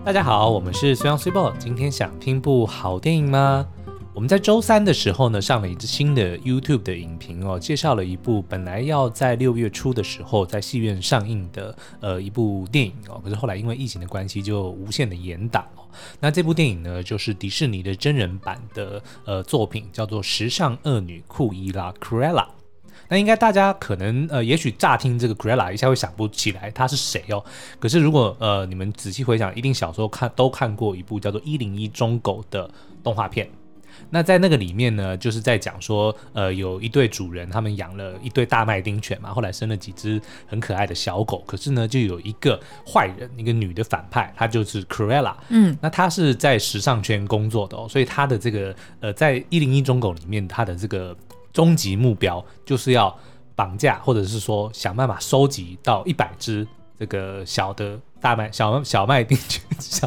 大家好，我们是虽阳虽报，今天想听部好电影吗？我们在周三的时候呢，上了一支新的 YouTube 的影评哦，介绍了一部本来要在6月初的时候在戏院上映的一部电影哦，可是后来因为疫情的关系就无限的延档哦。那这部电影呢，就是迪士尼的真人版的作品，叫做《时尚恶女库伊拉》（Cruella）。那应该大家可能也许乍听这个 Cruella 一下会想不起来她是谁哦。可是如果你们仔细回想，一定小时候都看过一部叫做《101忠狗》的动画片。那在那个里面呢，就是在讲说，有一对主人，他们养了一对大麦丁犬嘛，后来生了几只很可爱的小狗。可是呢，就有一个坏人，一个女的反派，她就是 Cruella。那她是在时尚圈工作的哦，所以她的这个在101忠狗里面，她的这个终极目标就是要绑架，或者是说想办法收集到100只这个小的小麦丁犬，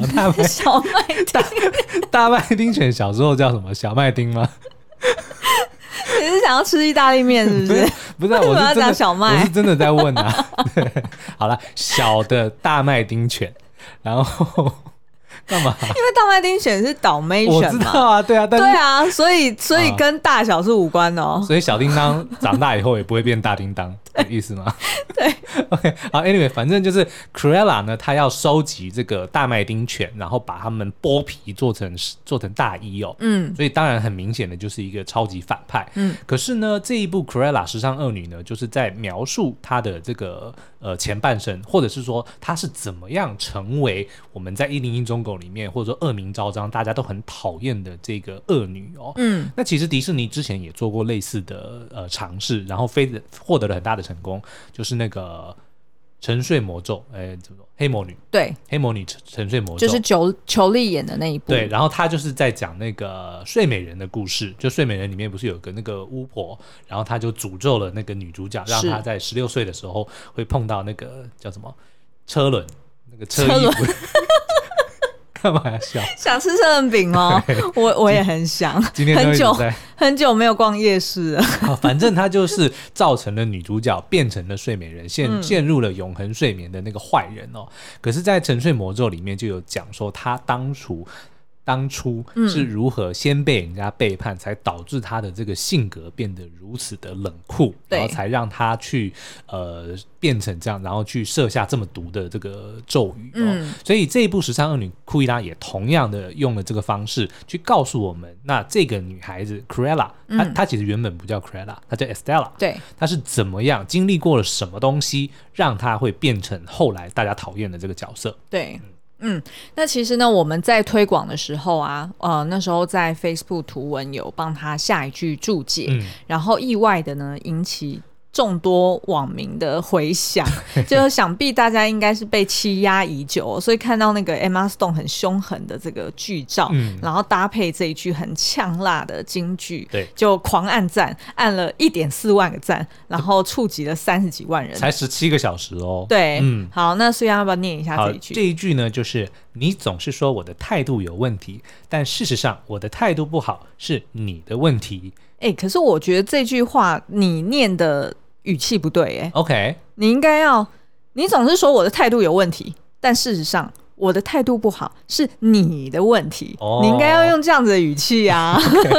大麦丁犬小时候叫什么？小麦丁吗？ 你是想要吃意大利面是不是？ 不是，我是讲小麦， 我是真的在问啊。对，好了，小的大麦丁犬，然后干嘛？ 因为大麦丁犬是倒霉犬嘛， 我知道啊，对啊，但是对啊，所以跟大小是无关的哦。 所以小叮当长大以后也不会变大叮当，有意思吗？ 对 ，OK， 好 ，Anyway， 反正就是 Cruella 呢，她要收集这个大麦丁犬，然后把它们剥皮做成大衣哦。所以当然很明显的就是一个超级反派。可是呢，这一部 Cruella 时尚恶女呢，就是在描述她的这个前半生，或者是说她是怎么样成为我们在101忠狗里面，或者说恶名昭彰，大家都很讨厌的这个恶女哦。那其实迪士尼之前也做过类似的尝试，然后获得了很大的成功，就是那个沉睡魔咒，黑魔女， 对， 黑魔女沉睡魔咒， 就是裘丽演的那一部。 对，然后她就是在讲那个睡美人的故事，就睡美人里面不是有个那个巫婆，然后她就诅咒了那个女主角，让她在16岁的时候会碰到那个叫什么车轮，那个车衣服。干嘛要笑？ 想吃车轮饼哦，我也很想。 今天很久没有逛夜市了。 反正他就是造成了女主角变成了睡美人，陷入了永恒睡眠的那个坏人哦。可是，在沉睡魔咒里面就有讲说，他当初是如何先被人家背叛，才导致他的这个性格变得如此的冷酷，然后才让他去变成这样，然后去设下这么毒的这个咒语哦。所以这一部时尚恶女库伊拉也同样的用了这个方式去告诉我们，那这个女孩子 Cruella，她其实原本不叫 Cruella， 她叫 Estella， 对， 她是怎么样经历过了什么东西，让她会变成后来大家讨厌的这个角色？ 对。那其实呢，我们在推广的时候啊，那时候在 Facebook 图文有帮他下一句注解，然后意外的呢引起众多网民的回响，就想必大家应该是被欺压已久所以看到那个 Emma Stone 很凶狠的这个剧照，然后搭配这一句很呛辣的金句， 对， 就狂按赞，按了1.4万个赞，然后触及了30几万人， 才17个小时哦。 对，好，那所以要不要念一下这一句？ 这一句呢，就是你总是说我的态度有问题，但事实上我的态度不好，是你的问题。 可是我觉得这句话你念的语气不对 OK， 你应该要，你总是说我的态度有问题，但事实上我的态度不好，是你的问题。你应该要用这样子的语气啊。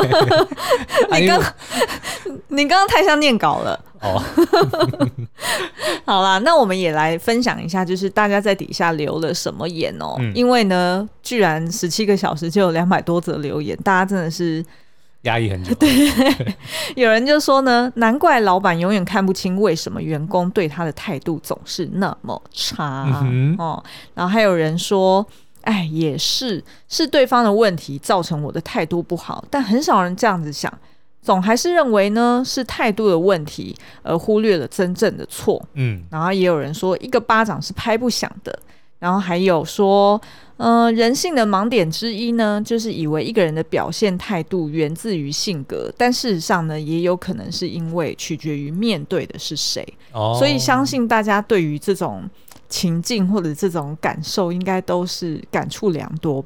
你刚刚太像念稿了。好啦，那我们也来分享一下，就是大家在底下留了什么言哦。因为呢，居然17个小时就有200多则留言，大家真的是压抑很久。 对，有人就说呢，难怪老板永远看不清为什么员工对他的态度总是那么差。然后还有人说，也是对方的问题造成我的态度不好，但很少人这样子想，总还是认为呢是态度的问题，而忽略了真正的错。然后也有人说，一个巴掌是拍不响的。然后还有说，人性的盲点之一呢，就是以为一个人的表现态度源自于性格，但事实上呢，也有可能是因为取决于面对的是谁。所以相信大家对于这种情境或者这种感受，应该都是感触良多吧。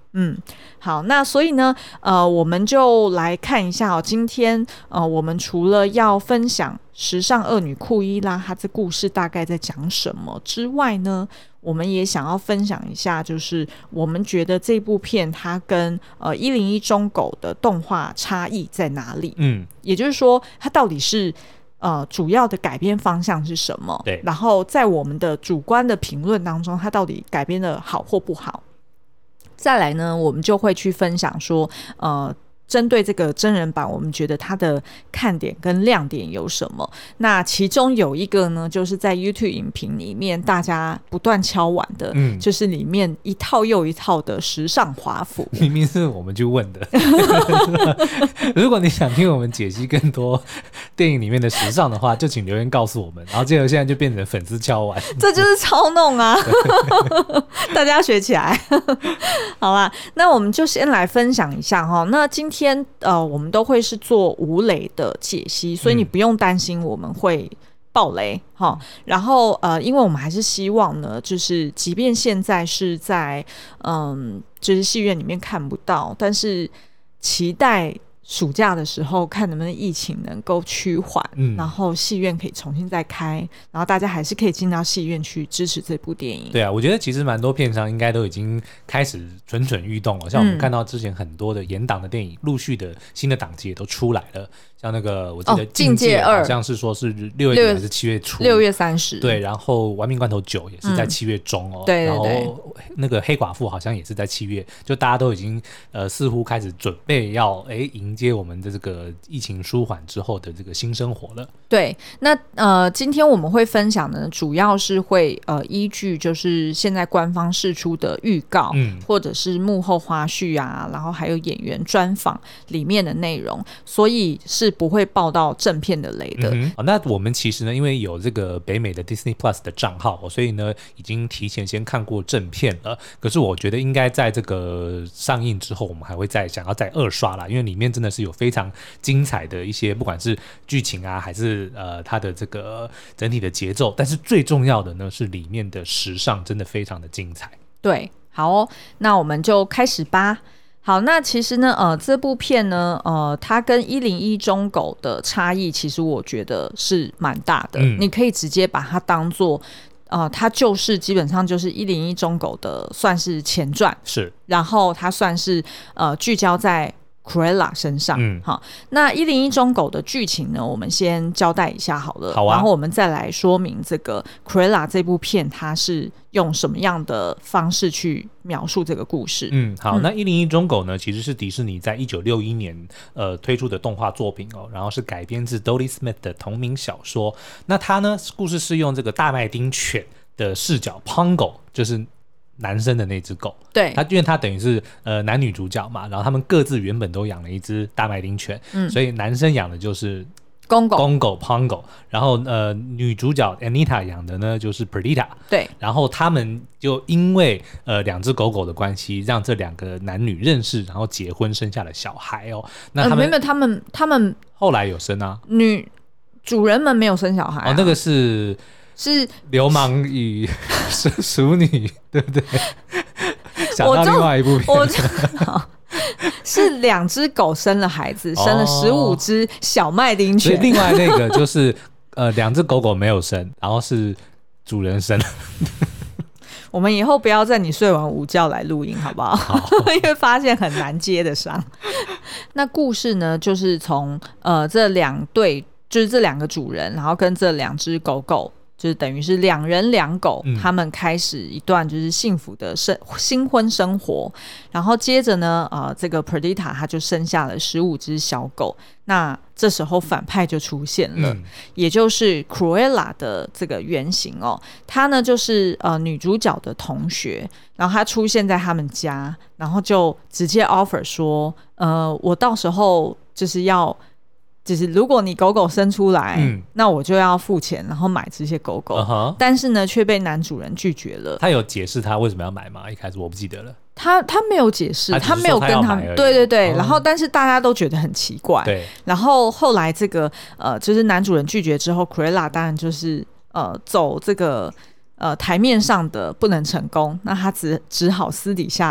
好，那所以呢，我们就来看一下今天我们除了要分享时尚恶女库伊拉她这故事大概在讲什么之外呢，我们也想要分享一下，就是我们觉得这部片它跟101中狗的动画差异在哪里？也就是说，它到底是主要的改编方向是什么？ 对， 然后在我们的主观的评论当中，它到底改编的好或不好？再来呢，我们就会去分享说，针对这个真人版，我们觉得它的看点跟亮点有什么？那其中有一个呢，就是在 YouTube 影评里面大家不断敲碗的，就是里面一套又一套的时尚华服。 明明是我们去问的。如果你想听我们解析更多电影里面的时尚的话，就请留言告诉我们。然后结果现在就变成粉丝敲碗， 这就是操弄啊！大家学起来。好啦，那我们就先来分享一下哈。那今天我们都会是做无雷的解析，所以你不用担心我们会爆雷哈。然后因为我们还是希望呢，就是即便现在是在就是戏院里面看不到，但是期待暑假的时候看能不能疫情能够趋缓，然后戏院可以重新再开，然后大家还是可以进到戏院去支持这部电影。 对啊，我觉得其实蛮多片商应该都已经开始蠢蠢欲动了，像我们看到之前很多的延档的电影，陆续的新的档期也都出来了。像那个我记得境界2好像是说是6月底还是7月初 ，6月30， 对，然后玩命关头9也是在7月中对， 然后那个黑寡妇好像也是在7月，就大家都已经似乎开始准备要迎接我们的这个疫情舒缓之后的这个新生活了。 对，那今天我们会分享的主要是会依据就是现在官方释出的预告，或者是幕后花絮啊，然后还有演员专访里面的内容，所以是不会爆到正片的雷的。 那我们其实呢，因为有这个北美的 Disney Plus 的账号，所以呢已经提前先看过正片了。可是我觉得应该在这个上映之后，我们还会想要再二刷啦，因为里面真的是有非常精彩的一些，不管是剧情啊，还是它的这个整体的节奏，但是最重要的呢是里面的时尚真的非常的精彩。 对，好哦，那我们就开始吧。好，那其实呢，这部片呢，它跟101中狗的差异，其实我觉得是蛮大的。你可以直接把它当作，它就是基本上就是101中狗的算是前传， 是， 然后它算是聚焦在Cruella 身上。好，那101中狗的剧情呢，我们先交代一下好了， 好啊， 然后我们再来说明这个 Cruella 这部片它是用什么样的方式去描述这个故事。 好，那101中狗呢，其实是迪士尼在1961年推出的动画作品然后是改编自 Dodie Smith 的同名小说。那它呢，故事是用这个大麦町犬的视角 Pongo， 就是男生的那只狗， 对， 因为他等于是男女主角嘛，然后他们各自原本都养了一只大麦町犬，所以男生养的就是公狗 Pongo， 然后女主角 Anita 养的呢就是 Perdita， 对，然后他们就因为两只狗狗的关系，让这两个男女认识，然后结婚生下了小孩那他们后来有生啊， 主人们没有生小孩那个是流氓与熟女，对不对？想到另外一部片， 是2只狗生了孩子，生了15只小麦町犬。 所以另外那个就是2只狗狗没有生，然后是主人生。 我们以后不要在你睡完午觉来录音好不好？好因为发现很难接得上。那故事呢，就是从这2对，就是这2个主人，然后跟这2只狗狗，就是等于是2人2狗，他们开始一段就是幸福的新婚生活。然后接着呢，这个 Perdita 他就生下了15只小狗。那这时候反派就出现了，也就是 Cruella 的这个原型他呢就是女主角的同学，然后他出现在他们家，然后就直接 offer 说，我到时候就是如果你狗狗生出来，那我就要付钱，然后买这些狗狗。但是呢，却被男主人拒绝了。 他有解释他为什么要买吗？一开始我不记得了。 他没有解释，他没有跟他们，对，然后但是大家都觉得很奇怪。对，然后后来这个就是男主人拒绝之后 ，Cruella 当然就是走这个台面上的不能成功，那他只好私底下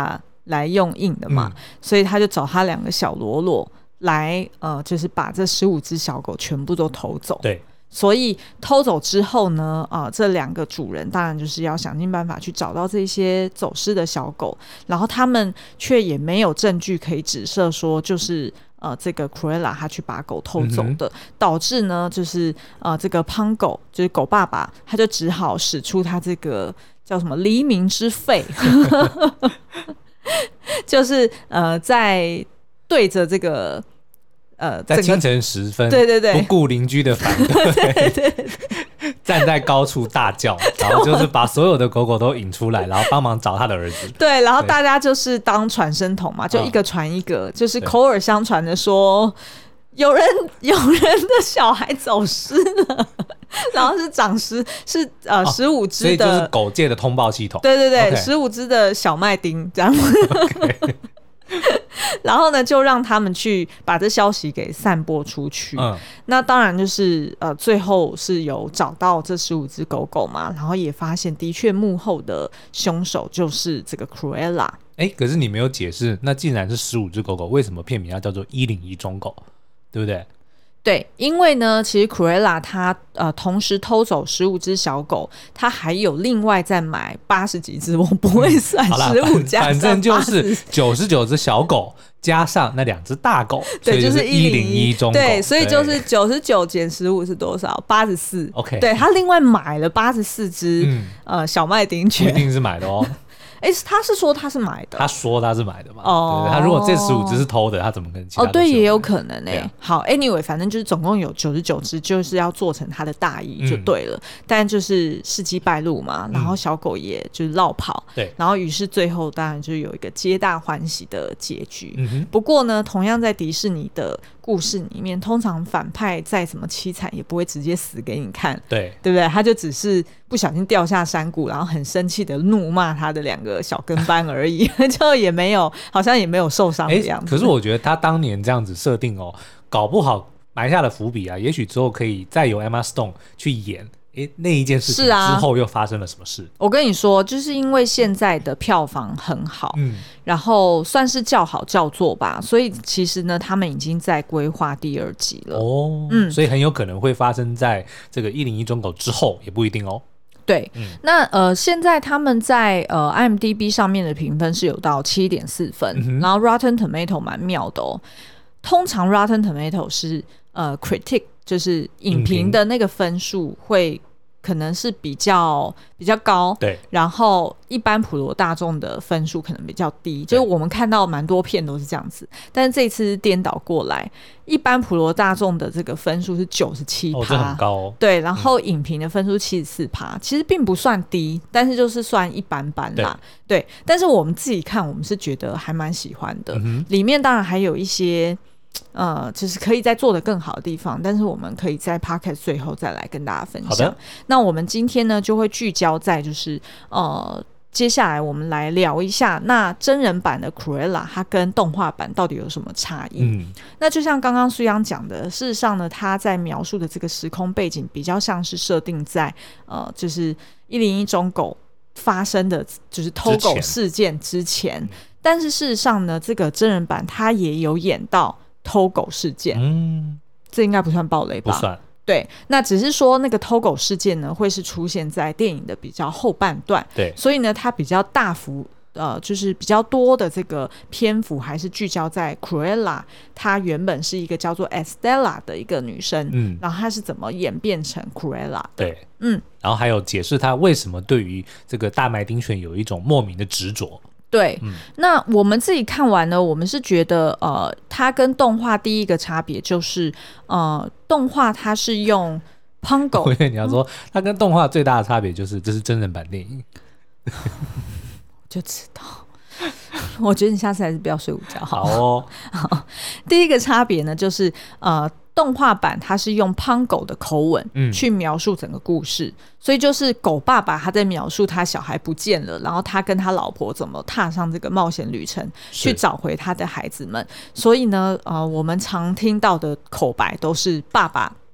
来用印的嘛，所以他就找他2个小喽啰来就是把这15只小狗全部都偷走。 对， 所以偷走之后呢，这2个主人当然就是要想尽办法去找到这些走失的小狗，然后他们却也没有证据可以指涉说就是这个 Cruella 他去把狗偷走的，导致呢就是这个胖狗就是狗爸爸，他就只好使出他这个叫什么黎明之肺，就是在对着这个在清晨时分， 对对对， 不顾邻居的反对，对对对，站在高处大叫，然后就是把所有的狗狗都引出来，然后帮忙找他的儿子。 对，然后大家就是当传声筒嘛，就一个传一个，就是口耳相传的说，有人的小孩走失了。然后是长15只的， 所以就是狗界的通报系统。 对对对，15只的小麦丁这样。Okay. 然后呢，就让他们去把这消息给散播出去。那当然就是最后是有找到这15只狗狗嘛，然后也发现的确幕后的凶手就是这个 Cruella。 可是你没有解释，那既然是15只狗狗，为什么片名要叫做101种狗，对不对？ 对，因为呢，其实 Cruella 她同时偷走15只小狗，她还有另外再买80几只，我不会算15加上80， 反正就是99只小狗加上那2只大狗， 对，就是 101种狗。 对，所以就是99减15是多少？84。 OK， 对，他另外买了84只小麦丁犬， 不一定是买的哦。 他是说他是买的， 他说他是买的嘛？对对，他如果这15只是偷的，他怎么跟其他对，也有可能好 ，anyway， 反正就是总共有99只，就是要做成他的大衣就对了。但就是事迹败露嘛，然后小狗也就是落跑， 对， 然后于是最后当然就有一个皆大欢喜的结局。不过呢，同样在迪士尼的故事里面，通常反派再怎么凄惨，也不会直接死给你看， 对不对？他就只是不小心掉下山谷，然后很生气的怒骂他的2个小跟班而已，就也没有，好像也没有受伤的样子。 可是我觉得他当年这样子设定搞不好埋下了伏笔啊，也许之后可以再由 Emma Stone 去演。那一件事情之后又发生了什么事？ 我跟你说，就是因为现在的票房很好，然后算是叫好叫座吧，所以其实呢，他们已经在规划第2集了。 所以很有可能会发生在这个101种狗之后，也不一定哦。 对，那现在他们在IMDB 上面的评分是有到7.4分，然后 Rotten Tomato 蛮妙的哦。通常 Rotten Tomato 是critic 就是影评的那个分数会可能是比较高， 对， 然后一般普罗大众的分数可能比较低，就是我们看到蛮多片都是这样子，但是这次是颠倒过来，一般普罗大众的这个分数是97%， 这很高哦。 对，然后影评的分数74%，其实并不算低，但是就是算一般般啦。对，但是我们自己看，我们是觉得还蛮喜欢的，里面当然还有一些就是可以再做得更好的地方，但是我们可以在 Podcast 最后再来跟大家分享。 好的， 那我们今天呢就会聚焦在就是接下来我们来聊一下那真人版的 Cruella 它跟动画版到底有什么差异。那就像刚刚苏央讲的，事实上呢，他在描述的这个时空背景比较像是设定在就是101种狗发生的就是偷狗事件之前，但是事实上呢，这个真人版它也有演到偷狗事件，这应该不算爆雷吧？ 不算。 对，那只是说那个偷狗事件呢，会是出现在电影的比较后半段， 对， 所以呢，它比较大幅就是比较多的这个篇幅还是聚焦在 Cruella， 她原本是一个叫做 Estella 的一个女生，然后她是怎么演变成 Cruella 的？ 对，然后还有解释她为什么对于这个大麦丁犬有一种莫名的执着。 对，那我们自己看完呢，我们是觉得它跟动画第一个差别就是动画它是用 Pongo， 我以为你要说它跟动画最大的差别就是这是真人版电影。 就知道，我觉得你下次还是不要睡午觉好哦。 好，第一个差别呢就是动画版它是用胖狗的口吻去描述整个故事，所以就是狗爸爸他在描述他小孩不见了，然后他跟他老婆怎么踏上这个冒险旅程去找回他的孩子们，所以呢我们常听到的口白都是爸爸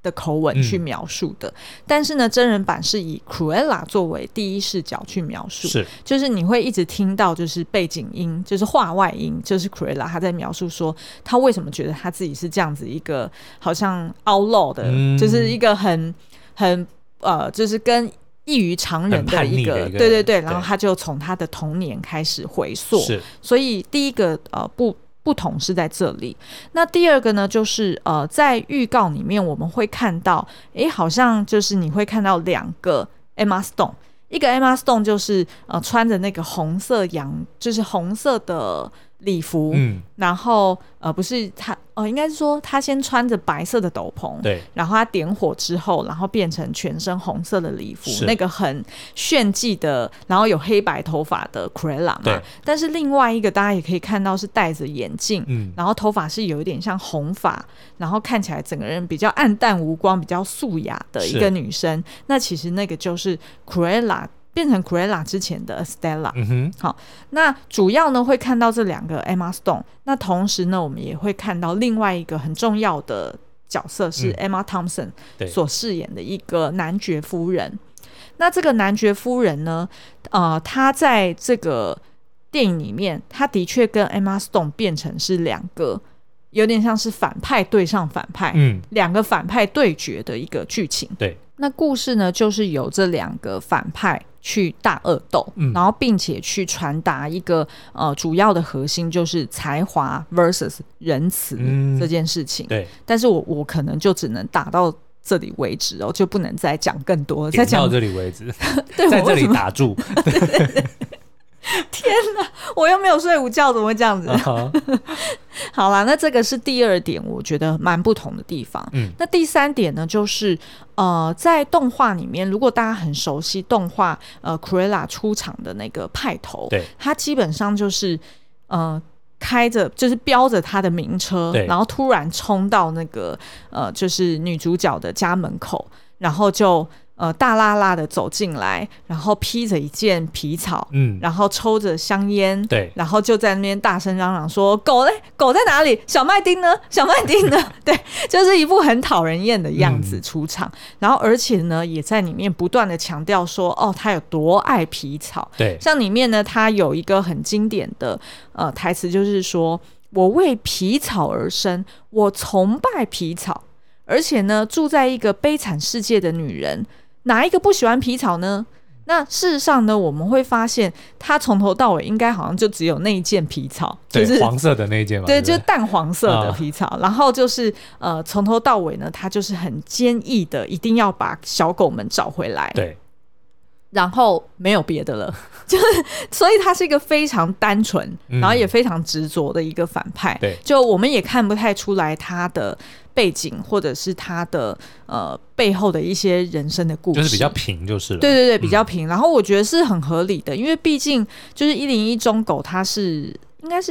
的口吻去描述的，但是呢真人版是以 Cruella 作为第一视角去描述， 是就是你会一直听到就是背景音，就是话外音，就是 Cruella 他在描述说他为什么觉得他自己是这样子一个好像 outlaw 的，就是一个很就是跟异于常人的一个对，然后他就从他的童年开始回溯，所以第一个不同是在这里。那第二个呢，就是在预告里面我们会看到，好像就是你会看到2个 Emma Stone， 一个 Emma Stone 就是穿着那个红色就是红色的礼服，然后不是他应该是说他先穿着白色的斗篷， 对， 然后他点火之后，然后变成全身红色的礼服，那个很炫技的，然后有黑白头发的 Cruella 嘛。但是另外一个大家也可以看到是戴着眼镜，然后头发是有一点像红发，然后看起来整个人比较暗淡无光，比较素雅的一个女生。那其实那个就是 Cruella。变成 Cruella 之前的 Stella，好，那主要呢会看到这2个 Emma Stone， 那同时呢我们也会看到另外一个很重要的角色是 Emma Thompson 所饰演的一个男爵夫人。那这个男爵夫人呢，她在这个电影里面，她的确跟 Emma Stone 变成是2个。有点像是反派对上反派，2个反派对决的一个剧情。 对， 那故事呢，就是由这2个反派去大恶斗，然后并且去传达一个主要的核心，就是才华 versus 仁慈这件事情。 对， 但是我可能就只能打到这里为止哦，就不能再讲更多，再讲到这里为止，在这里打住。 对天哪，我又没有睡午觉，怎么会这样子？好啦，那这个是第2点，我觉得蛮不同的地方。那第3点呢，就是在动画里面，如果大家很熟悉动画Cruella 出场的那个派头，对，它基本上就是开着就是飙着他的名车，然后突然冲到那个就是女主角的家门口，然后就大拉拉的走进来，然后披着一件皮草，然后抽着香烟，对，然后就在那边大声嚷嚷说：“狗嘞，狗在哪里？小麦丁呢？小麦丁呢？”对，就是一副很讨人厌的样子出场。然后而且呢，也在里面不断的强调说，他有多爱皮草。对，像里面呢，他有一个很经典的台词，就是说：“我为皮草而生，我崇拜皮草。而且呢，住在一个悲惨世界的女人。”哪一个不喜欢皮草呢？那事实上呢，我们会发现他从头到尾应该好像就只有那一件皮草，就是黄色的那一件嘛， 对，就是淡黄色的皮草。然后就是从头到尾呢，他就是很坚毅的，一定要把小狗们找回来。对。然后没有别的了，就是所以他是一个非常单纯，然后也非常执着的一个反派。对，就我们也看不太出来他的背景或者是他的背后的一些人生的故事， 就是比较平就是了。 对对对，比较平。然后我觉得是很合理的，因为毕竟就是101忠狗，它是应该是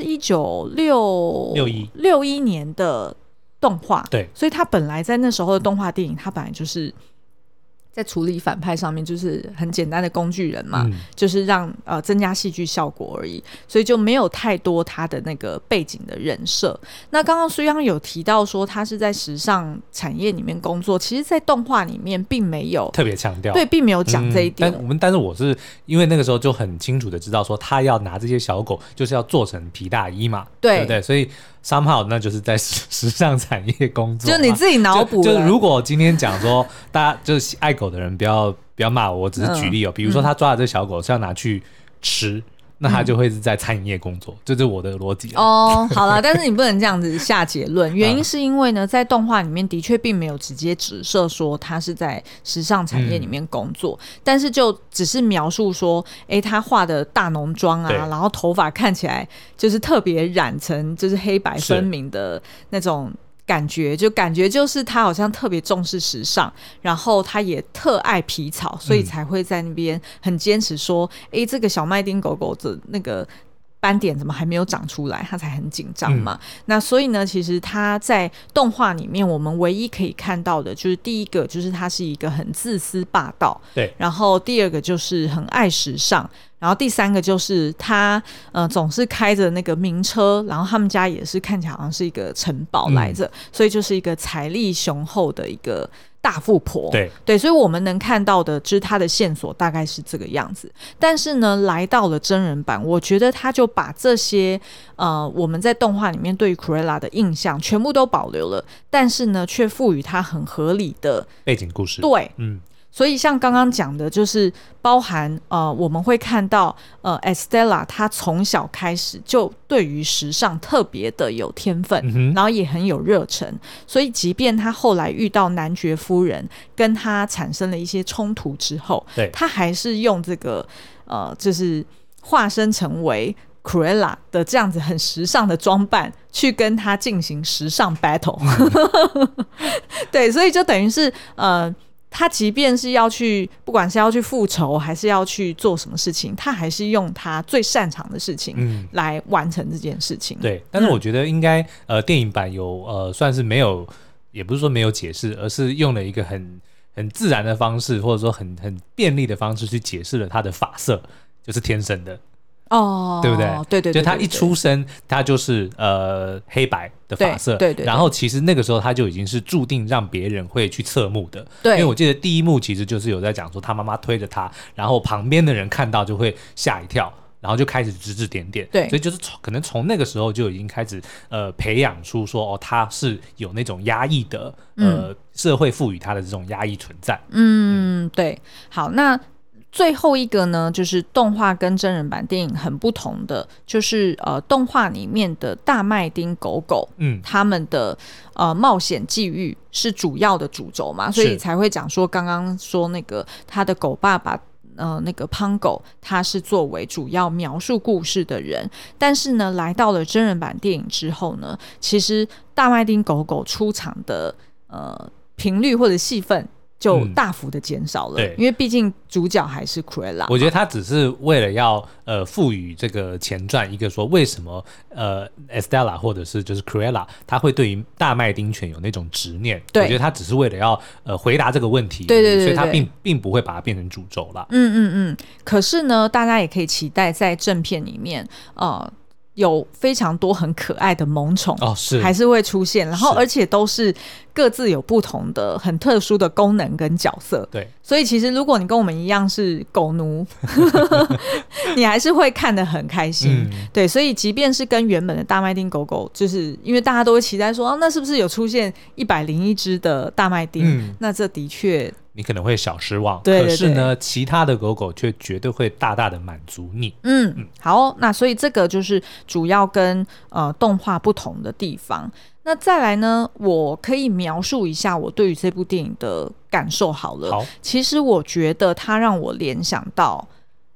1961年的动画，对，所以它本来在那时候的动画电影，它本来就是在处理反派上面就是很简单的工具人嘛，就是让增加戏剧效果而已，所以就没有太多他的那个背景的人设。那刚刚苏央有提到说他是在时尚产业里面工作，其实在动画里面并没有特别强调，对，并没有讲这一点。 但是我是因为那个时候就很清楚的知道说他要拿这些小狗就是要做成皮大衣嘛， 对不对？所以somehow 那就是在时尚产业工作， 就你自己脑补了。 就如果今天讲说大家就是爱狗的人不要骂我，只是举例比如说他抓的这小狗是要拿去吃，那他就会是在餐饮业工作，这是我的逻辑哦。好了，但是你不能这样子下结论，原因是因为呢，在动画里面的确并没有直接指涉说他是在时尚产业里面工作，但是就只是描述说，他画的大浓妆啊，然后头发看起来就是特别染成就是黑白分明的那种感觉就是他好像特别重视时尚，然后他也特爱皮草，所以才会在那边很坚持说这个小麦丁狗狗的那个斑点怎么还没有长出来，他才很紧张嘛。那所以呢，其实他在动画里面我们唯一可以看到的就是第一个就是他是一个很自私霸道，对，然后第二个就是很爱时尚， 然后第三个就是他总是开着那个名车，然后他们家也是看起来好像是一个城堡来着，所以就是一个财力雄厚的一个大富婆。对，所以我们能看到的就是他的线索大概是这个样子。但是呢，来到了真人版，我觉得他就把这些我们在动画里面对于 Cruella 的印象全部都保留了，但是呢，却赋予他很合理的背景故事。 对，所以像刚刚讲的，就是包含我们会看到Estella 她从小开始就对于时尚特别的有天分，然后也很有热忱，所以即便她后来遇到男爵夫人跟她产生了一些冲突之后，她还是用这个就是化身成为Cruella 的这样子很时尚的装扮去跟他进行时尚 battle 对，所以就等于是他即便是要去，不管是要去复仇还是要去做什么事情，他还是用他最擅长的事情来完成这件事情。 对，但是我觉得应该电影版有算是没有，也不是说没有解释，而是用了一个很自然的方式，或者说很便利的方式去解释了他的发色就是天生的。对不对？对，就他一出生他就是黑白的发色，对，然后其实那个时候他就已经是注定让别人会去侧目的。对，因为我记得第一幕其实就是有在讲说他妈妈推着他，然后旁边的人看到就会吓一跳，然后就开始指指点点。对，所以就是可能从那个时候就已经开始培养出说他是有那种压抑的社会赋予他的这种压抑存在。 对。好，那最后一个呢，就是动画跟真人版电影很不同的，就是动画里面的大麦丁狗狗，他们的冒险际遇是主要的主轴嘛，所以才会讲说刚刚说那个他的狗爸爸那个胖狗，他是作为主要描述故事的人。但是呢，来到了真人版电影之后呢，其实大麦丁狗狗出场的频率或者戏份就大幅的减少了，因为毕竟主角还是 Cruella。 我觉得他只是为了要赋予这个前传一个说为什么Estella 或者是就是 Cruella 他会对于大麦丁犬有那种执念。我觉得他只是为了要回答这个问题，对，所以他并不会把它变成主轴啦。 可是呢，大家也可以期待在正片里面有非常多很可爱的萌宠还是会出现，然后而且都是各自有不同的很特殊的功能跟角色。对，所以其实如果你跟我们一样是狗奴你还是会看得很开心。对，所以即便是跟原本的大麦丁狗狗，就是因为大家都会期待说那是不是有出现101只的大麦丁，那这的确你可能会小失望，可是呢其他的狗狗却绝对会大大的满足你。 好，那所以这个就是主要跟动画不同的地方。那再来呢，我可以描述一下我对于这部电影的感受好了。其实我觉得它让我联想到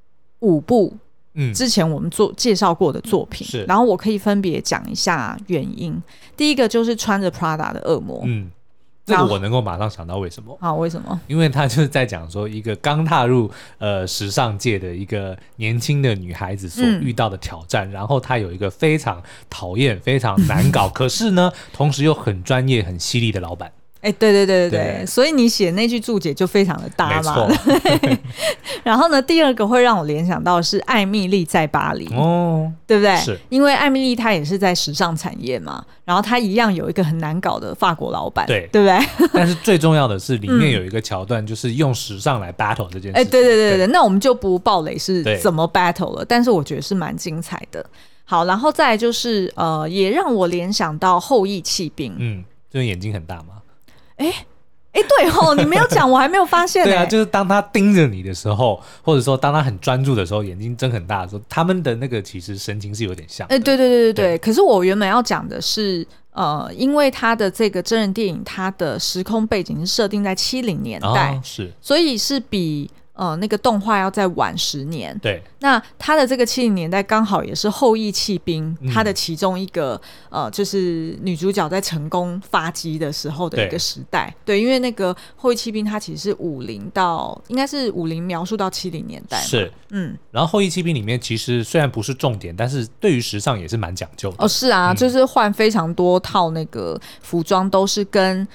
5部之前我们介绍过的作品，然后我可以分别讲一下原因。第一个就是穿着 Prada 的恶魔， 这个我能够马上想到为什么。 为什么？ 因为他就是在讲说一个刚踏入时尚界的一个年轻的女孩子所遇到的挑战，然后她有一个非常讨厌非常难搞可是呢同时又很专业很犀利的老板。对，所以你写那句注解就非常的搭嘛。然后呢，第二个会让我联想到的是艾蜜莉在巴黎，对不对？是因为艾蜜莉她也是在时尚产业嘛，然后她一样有一个很难搞的法国老板，对不对？ 但是最重要的是里面有一个桥段，就是用时尚来 battle 这件事情。 对，那我们就不爆雷是怎么 battle 了，但是我觉得是蛮精彩的。好，然后再来就是也让我联想到后羿弃兵， 就是眼睛很大嘛。 对吼，你没有讲，我还没有发现。 对啊，就是当他盯着你的时候，或者说当他很专注的时候，眼睛睁很大的时候，他们的那个其实神情是有点像的。 对。可是我原本要讲的是，因为他的这个真人电影，它的时空背景是设定在70年代，所以是比那个动画要再晚10年。对，那他的这个70年代刚好也是后羿弃兵他的其中一个就是女主角在成功发迹的时候的一个时代。对，因为那个后羿弃兵它其实是50到应该是50描述到70年代嘛。是， 然后后羿弃兵里面其实虽然不是重点，但是对于时尚也是蛮讲究的。 是啊，就是换非常多套那个服装，都是跟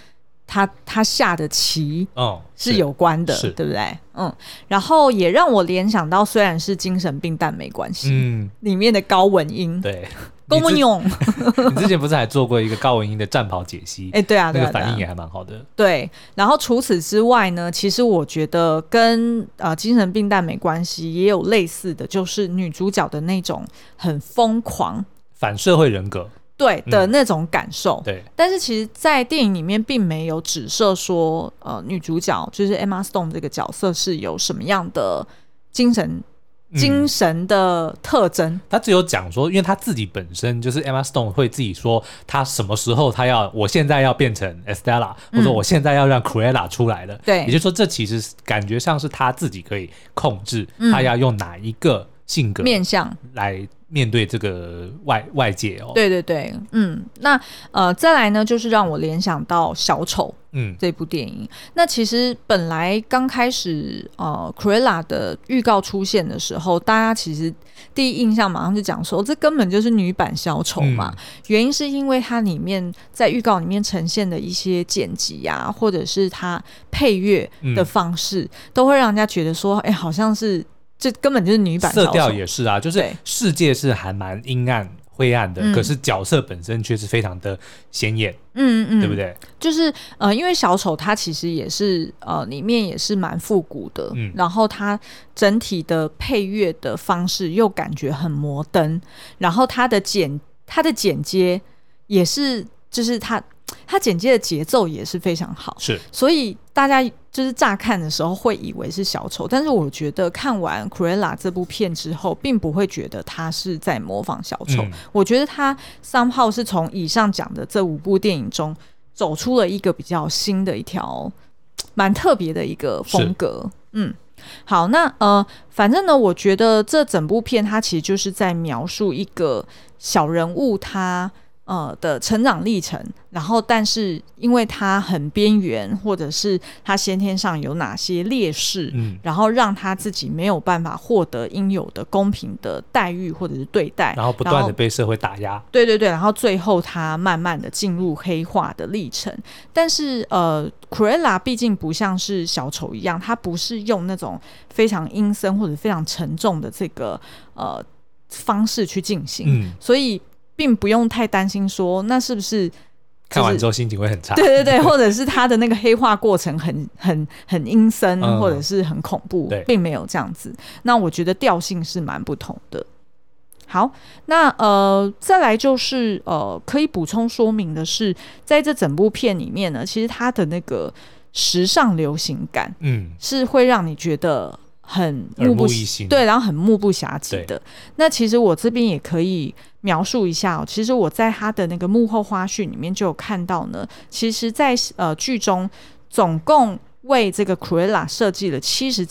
他下的棋是有关的， 是对不对？然后也让我联想到，虽然是精神病但没关系，里面的高文英， 对， 高文勇， 你之前不是还做过一个高文英的战袍解析？ 对啊， 那个反应也还蛮好的。 对，然后除此之外呢，其实我觉得跟精神病但没关系，也有类似的，就是女主角的那种很疯狂、 反社会人格。 对的那种感受， 对， 但是其实，在电影里面并没有指涉说，女主角就是 Emma Stone 这个角色是有什么样的精神的特征。 他只有讲说，因为他自己本身就是 Emma Stone 会自己说，他什么时候我现在要变成 Estella，或者我现在要让 Cruella 出来了。 对， 也就是说，这其实感觉上是他自己可以控制，他要用哪一个性格面向来面对这个外界哦。 对对对，那再来呢，就是让我联想到小丑这部电影。那其实本来刚开始Cruella 的预告出现的时候，大家其实第一印象马上就讲说，这根本就是女版小丑嘛。原因是因为它里面在预告里面呈现的一些剪辑啊，或者是它配乐的方式，都会让人家觉得说，好像是这根本就是女版小丑。 色调也是啊，就是世界是还蛮阴暗灰暗的，可是角色本身却是非常的显眼，对不对？ 就是因为小丑它其实也是里面也是蛮复古的，然后它整体的配乐的方式又感觉很摩登，然后它的剪接也是，就是它剪接的节奏也是非常好， 是， 所以大家就是乍看的时候会以为是小丑，但是我觉得看完 Cruella 这部片之后，并不会觉得他是在模仿小丑，我觉得他 somehow 是从以上讲的这5部电影中走出了一个比较新的一条蛮特别的一个风格。好，那反正呢，我觉得这整部片它其实就是在描述一个小人物他的成长历程，然后但是因为他很边缘，或者是他先天上有哪些劣势，然后让他自己没有办法获得应有的公平的待遇或者是对待， 然后不断的被社会打压， 对对对，然后最后他慢慢的进入黑化的历程。但是Cruella 毕竟不像是小丑一样，他不是用那种非常阴森或者非常沉重的这个方式去进行，所以并不用太担心说那是不是看完之后心情会很差， 对对对，或者是他的那个黑化过程很阴森，或者是很恐怖，并没有这样子。那我觉得调性是蛮不同的。好，那再来就是可以补充说明的是，在这整部片里面呢，其实它的那个时尚流行感，是会让你觉得很耳目一新， 对，然后很目不暇接的。那其实我这边也可以描述一下其实我在他的那个幕后花絮里面就有看到呢，其实在剧中总共为这个 Cruella 设计了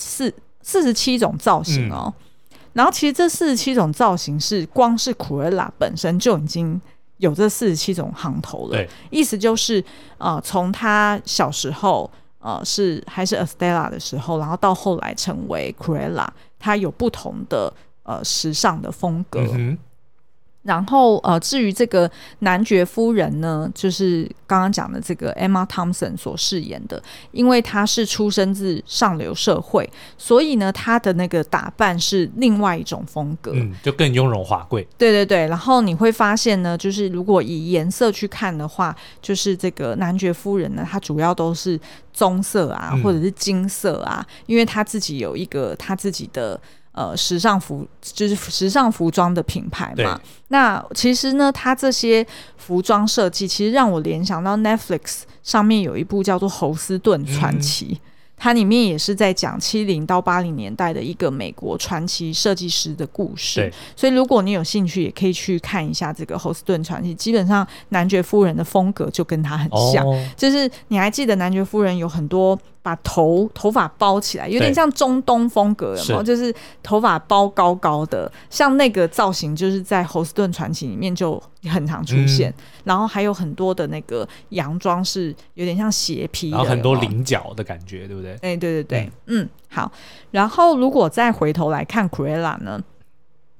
47种造型然后其实这47种造型是光是 Cruella 本身就已经有这47种行头了，意思就是从他小时候还是 Estella 的时候，然后到后来成为 Cruella， 他有不同的时尚的风格。然后至于这个男爵夫人呢，就是刚刚讲的这个 Emma Thompson 所饰演的，因为她是出生自上流社会，所以呢她的那个打扮是另外一种风格， 就更雍容华贵。 对对对，然后你会发现呢，就是如果以颜色去看的话，就是这个男爵夫人呢，她主要都是棕色啊，或者是金色啊，因为她自己有一个她自己的时尚服装的品牌嘛。那其实呢，它这些服装设计其实让我联想到 Netflix 上面有一部叫做《侯斯顿传奇》，它里面也是在讲70到80年代的一个美国传奇设计师的故事。所以如果你有兴趣，也可以去看一下这个《侯斯顿传奇》。基本上男爵夫人的风格就跟他很像，就是你还记得男爵夫人有很多把头发包起来，有点像中东风格，有没有？就是头发包高高的，像那个造型就是在《侯斯顿传奇》里面就很常出现。然后还有很多的那个洋装是有点像斜披的， 然后很多菱角的感觉，对不对？ 对对对对，好。然后如果再回头来看 Cruella 呢，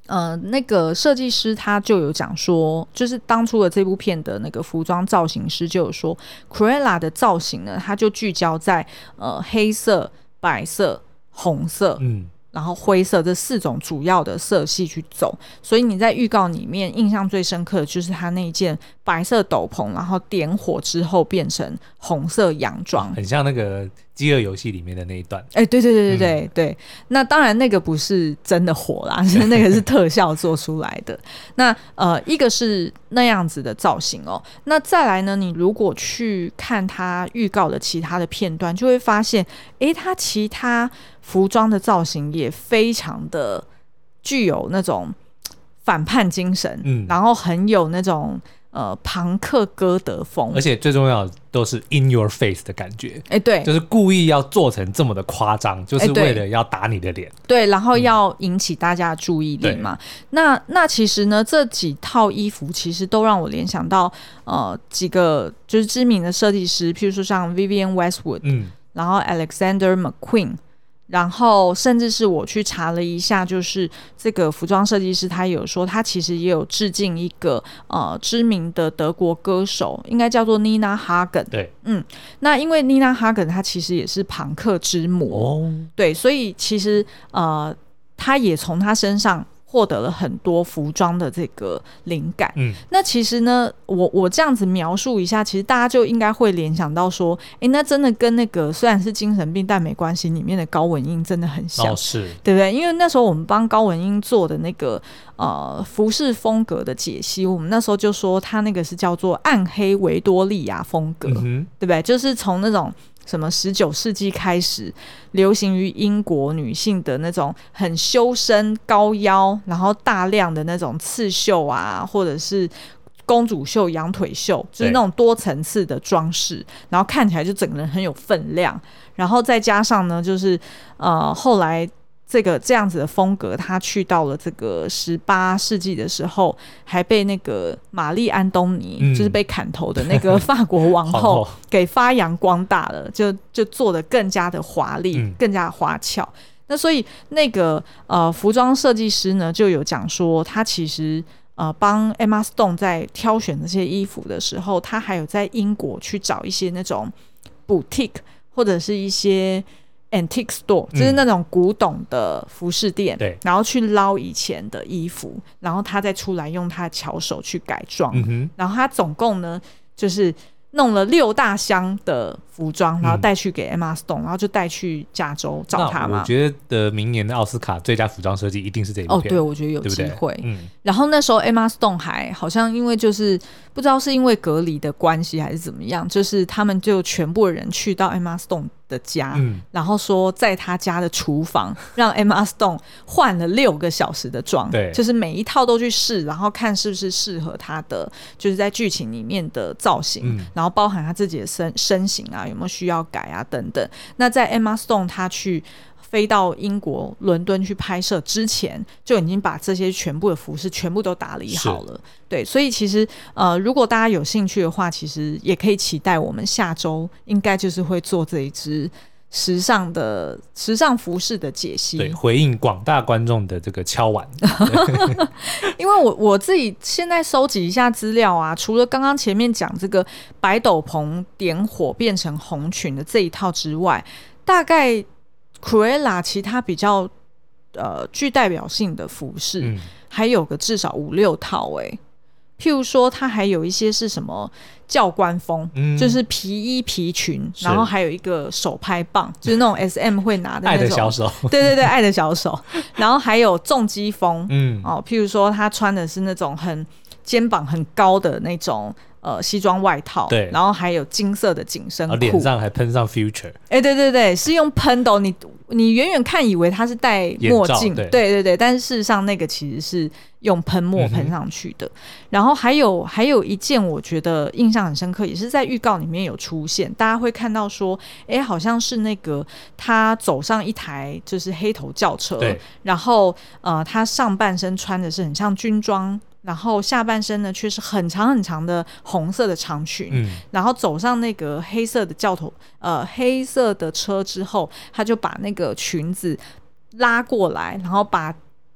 那个设计师他就有讲说，就是当初的这部片的那个服装造型师就有说 Cruella 的造型呢，它就聚焦在黑色、白色、红色然后灰色这4种主要的色系去走，所以你在预告里面印象最深刻的就是他那一件白色斗篷，然后点火之后变成红色洋装， 很像那个饥饿游戏里面的那一段。 对，那当然那个不是真的火啦，那个是特效做出来的。那一个是那样子的造型哦，那再来呢，你如果去看他预告的其他的片段，就会发现他其他服装的造型也非常的具有那种反叛精神，然后很有那种朋克歌德风， 而且最重要的都是 in your face 的感觉。 对， 就是故意要做成这么的夸张，就是为了要打你的脸。 对，然后要引起大家的注意力嘛。那其实呢，这几套衣服其实都让我联想到几个就是知名的设计师，譬如说像 Vivienne Westwood，然后 Alexander McQueen。然后甚至是我去查了一下，就是这个服装设计师他有说他其实也有致敬一个知名的德国歌手，应该叫做 Nina Hagen。 对，那因为 Nina Hagen 他其实也是朋克之母，对，所以其实他也从他身上获得了很多服装的这个灵感。那其实呢，我这样子描述一下，其实大家就应该会联想到说，那真的跟那个虽然是精神病但没关系里面的高文英真的很像，是，对不对？因为那时候我们帮高文英做的那个服饰风格的解析，我们那时候就说他那个是叫做暗黑维多利亚风格，对不对？就是从那种什么19世纪开始流行于英国女性的那种很修身高腰，然后大量的那种刺绣啊，或者是公主袖、羊腿袖，就是那种多层次的装饰，然后看起来就整个人很有分量，然后再加上呢，就是后来这样子的风格，他去到了这个18世纪的时候，还被那个玛丽安东尼，就是被砍头的那个法国王后给发扬光大了，就做得更加的华丽，更加花俏。那所以那个服装设计师呢，就有讲说，他其实帮 Emma Stone 在挑选这些衣服的时候，他还有在英国去找一些那种 boutique 或者是一些antique store， 就是那种古董的服饰店，然后去捞以前的衣服，然后他再出来用他的巧手去改装，然后他总共呢就是弄了6大箱的服装，然后带去给 Emma Stone，然后就带去加州找他嘛。 我觉得明年的奥斯卡最佳服装设计一定是这一部片。 对，我觉得有机会。然后那时候 Emma Stone 还好像因为就是不知道是因为隔离的关系还是怎么样，就是他们就全部人去到 Emma Stone 的家，然后说在他家的厨房让 Emma Stone 换了6个小时的妆，就是每一套都去试，然后看是不是适合他的，就是在剧情里面的造型，然后包含他自己的身形啊，有没有需要改啊等等。那在 Emma Stone 他去飞到英国伦敦去拍摄之前，就已经把这些全部的服饰全部都打理好了。对，所以其实如果大家有兴趣的话，其实也可以期待我们下周应该就是会做这一支时尚服饰的解析，对， 回应广大观众的这个敲碗。 因为我自己现在收集一下资料啊，除了刚刚前面讲这个白斗篷点火变成红裙的这一套之外，大概 Cruella 其他比较具代表性的服饰，还有个至少5-6套譬如说它还有一些是什么教官风，就是皮衣皮裙，然后还有一个手拍棒，就是那种 SM 会拿的那种爱的小手， 对，爱的小手。然后还有重击风，譬如说他穿的是那种很肩膀很高的那种西装外套，对，然后还有金色的紧身裤， 脸上还喷上 Future， 对，是用喷的哦，你远远看以为他是戴墨镜，对，但是事实上那个其实是用喷墨喷上去的。然后还有一件我觉得印象很深刻，也是在预告里面有出现，大家会看到说好像是那个他走上一台就是黑头轿车，然后他上半身穿的是很像军装，然后下半身呢却是很长很长的红色的长裙，然后走上那个黑色的黑色的车之后，他就把那个裙子拉过来，然后把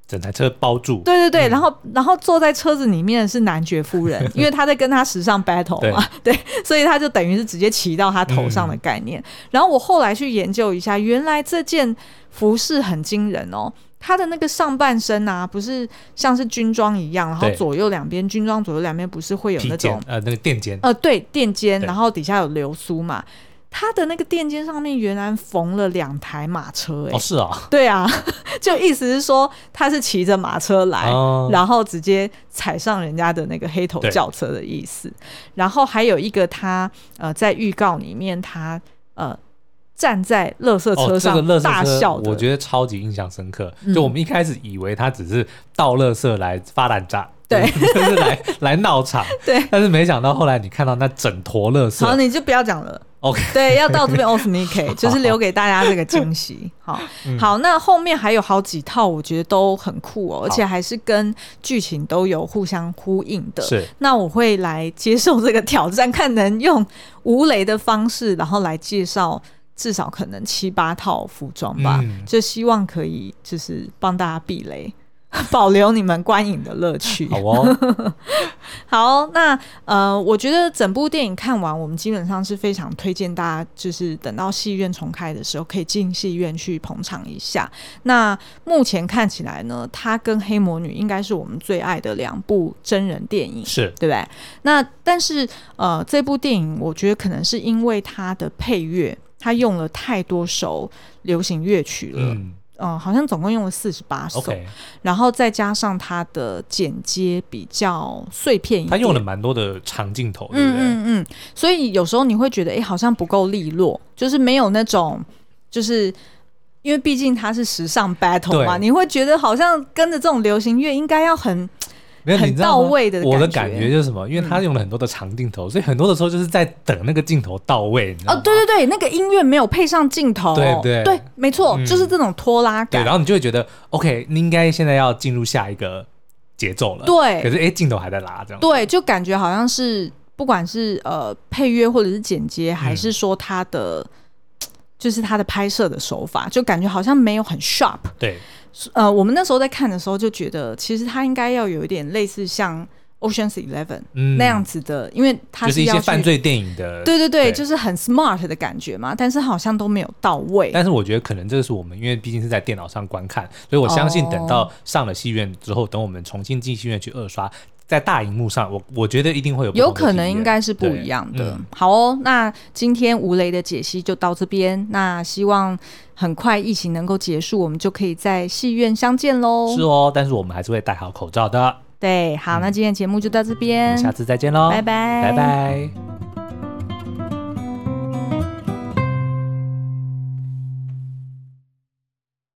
整台车包住。 对对对，然后坐在车子里面的是男爵夫人，因为他在跟他时尚 battle 嘛，对，所以他就等于是直接骑到他头上的概念。然后我后来去研究一下，原来这件服饰很惊人哦。他的那个上半身啊，不是像是军装一样，然后左右两边军装左右两边不是会有那种那个垫肩， 对，垫肩，然后底下有流苏嘛。他的那个垫肩上面原来缝了2台马车， 哦，是啊， 对啊，就意思是说他是骑着马车来，然后直接踩上人家的那个黑头轿车的意思。然后还有一个他在预告里面他站在垃圾车上大笑的， 我觉得超级印象深刻。就我们一开始以为他只是倒垃圾来发烂渣， 对， 就是来闹场，对。但是没想到后来你看到那整坨垃圾， 好，你就不要讲了。 OK， 对，要到这边 off Nikkei 就是留给大家这个惊喜。好，那后面还有好几套，我觉得都很酷哦，而且还是跟剧情都有互相呼应的。 是， 那我会来接受这个挑战，看能用无雷的方式，然后来介绍。至少可能7、8套服装吧，就希望可以就是帮大家避雷，保留你们观影的乐趣。 好哦， 好，那我觉得整部电影看完，我们基本上是非常推荐大家，就是等到戏院重开的时候，可以进戏院去捧场一下。那目前看起来呢，它跟黑魔女应该是我们最爱的2部真人电影， 是对不对？那但是这部电影我觉得可能是因为它的配乐。他用了太多首流行乐曲了，好像总共用了48首，然后再加上他的剪接比较碎片一点， 他用了蛮多的长镜头，对不对？ 所以有时候你会觉得，好像不够利落，就是没有那种，就是因为毕竟它是时尚 battle 嘛，你会觉得好像跟着这种流行乐应该要很到位的感觉。 我的感觉就是什么？因为他用了很多的长镜头，所以很多的时候就是在等那个镜头到位。你知道吗？ 对对对，那个音乐没有配上镜头，对，没错，就是这种拖拉感。 对，然后你就会觉得 OK， 你应该现在要进入下一个节奏了。 对， 可是镜头还在拉，这样。 对，就感觉好像是不管是配乐或者是剪接，还是说他的就是他的拍摄的手法，就感觉好像没有很 sharp。 对。 我们那时候在看的时候就觉得，其实它应该要有一点类似像 Ocean's 11那样子的，因为它就是一些犯罪电影的， 对对对，就是很 smart 的感觉嘛，但是好像都没有到位。 但是我觉得可能这是我们因为毕竟是在电脑上观看，所以我相信等到上了戏院之后，等我们重新进戏院去2刷。在大荧幕上，我觉得一定会有可能应该是不一样的。好哦，那今天无雷的解析就到这边。那希望很快疫情能够结束，我们就可以在戏院相见喽。 是哦，但是我们还是会戴好口罩的。 对，好，那今天节目就到这边， 我们下次再见喽， 拜拜， 拜拜。